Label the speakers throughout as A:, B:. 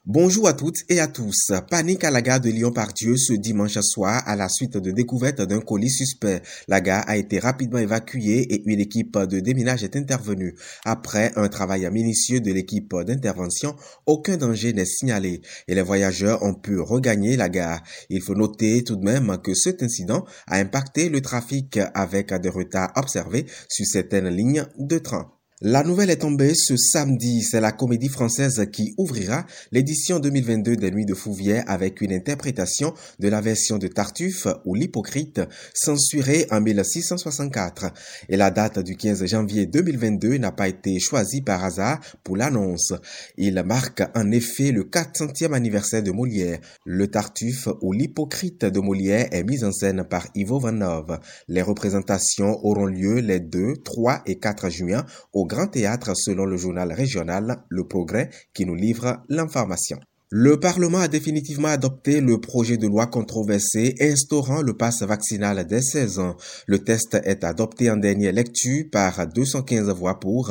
A: Bonjour à toutes et à tous. Panique à la gare de Lyon-Part-Dieu ce dimanche soir à la suite de découverte d'un colis suspect. La gare a été rapidement évacuée et une équipe de déminage est intervenue. Après un travail minutieux de l'équipe d'intervention, aucun danger n'est signalé et les voyageurs ont pu regagner la gare. Il faut noter tout de même que cet incident a impacté le trafic avec des retards observés sur certaines lignes de train. La nouvelle est tombée ce samedi. C'est la Comédie Française qui ouvrira l'édition 2022 des Nuits de Fouvier avec une interprétation de la version de Tartuffe ou l'Hypocrite, censurée en 1664. Et la date du 15 janvier 2022 n'a pas été choisie par hasard pour l'annonce. Il marque en effet le 400e anniversaire de Molière. Le Tartuffe ou l'Hypocrite de Molière est mis en scène par Ivo Van Nove. Les représentations auront lieu les 2, 3 et 4 juin au Grand Théâtre selon le journal régional Le Progrès qui nous livre l'information. Le Parlement a définitivement adopté le projet de loi controversé instaurant le pass vaccinal dès 16 ans. Le texte est adopté en dernière lecture par 215 voix pour,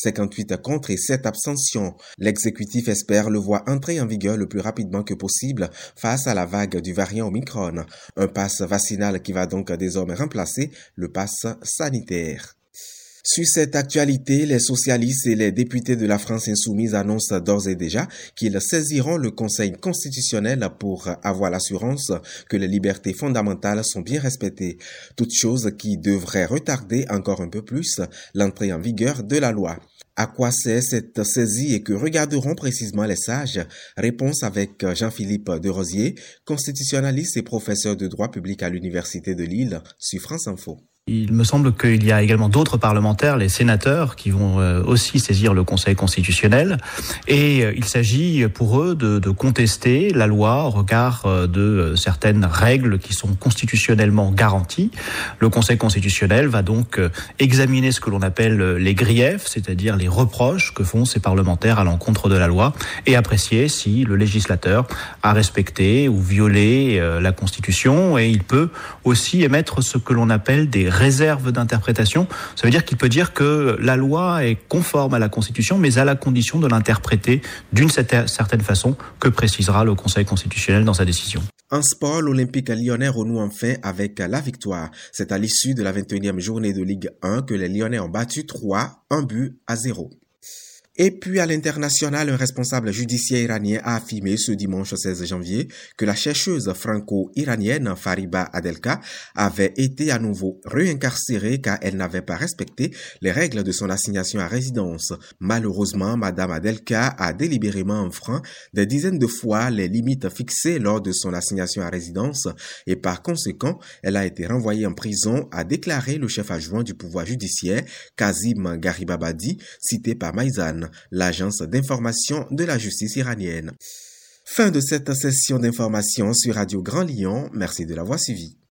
A: 58 contre et 7 abstentions. L'exécutif espère le voir entrer en vigueur le plus rapidement que possible face à la vague du variant Omicron. Un pass vaccinal qui va donc désormais remplacer le pass sanitaire. Sur cette actualité, les socialistes et les députés de la France insoumise annoncent d'ores et déjà qu'ils saisiront le Conseil constitutionnel pour avoir l'assurance que les libertés fondamentales sont bien respectées, toute chose qui devrait retarder encore un peu plus l'entrée en vigueur de la loi. À quoi sert cette saisie et que regarderont précisément les sages? Réponse avec Jean-Philippe Derosier, constitutionnaliste et professeur de droit public à l'Université de Lille, sur France Info.
B: Il me semble qu'il y a également d'autres parlementaires, les sénateurs, qui vont aussi saisir le Conseil constitutionnel. Et il s'agit pour eux de contester la loi au regard de certaines règles qui sont constitutionnellement garanties. Le Conseil constitutionnel va donc examiner ce que l'on appelle les griefs, c'est-à-dire les reproches que font ces parlementaires à l'encontre de la loi, et apprécier si le législateur a respecté ou violé la Constitution. Et il peut aussi émettre ce que l'on appelle des réserve d'interprétation. Ça veut dire qu'il peut dire que la loi est conforme à la Constitution, mais à la condition de l'interpréter d'une certaine façon que précisera le Conseil constitutionnel dans sa décision.
A: En sport, l'Olympique lyonnais renoue enfin avec la victoire. C'est à l'issue de la 21e journée de Ligue 1 que les Lyonnais ont battu 1-0. Et puis à l'international, un responsable judiciaire iranien a affirmé ce dimanche 16 janvier que la chercheuse franco-iranienne Fariba Adelka avait été à nouveau réincarcérée car elle n'avait pas respecté les règles de son assignation à résidence. Malheureusement, Madame Adelka a délibérément enfreint des dizaines de fois les limites fixées lors de son assignation à résidence et par conséquent, elle a été renvoyée en prison, a déclaré le chef adjoint du pouvoir judiciaire, Kazim Garibabadi, cité par Maïzan, l'agence d'information de la justice iranienne. Fin de cette session d'information sur Radio Grand Lyon. Merci de l'avoir suivi.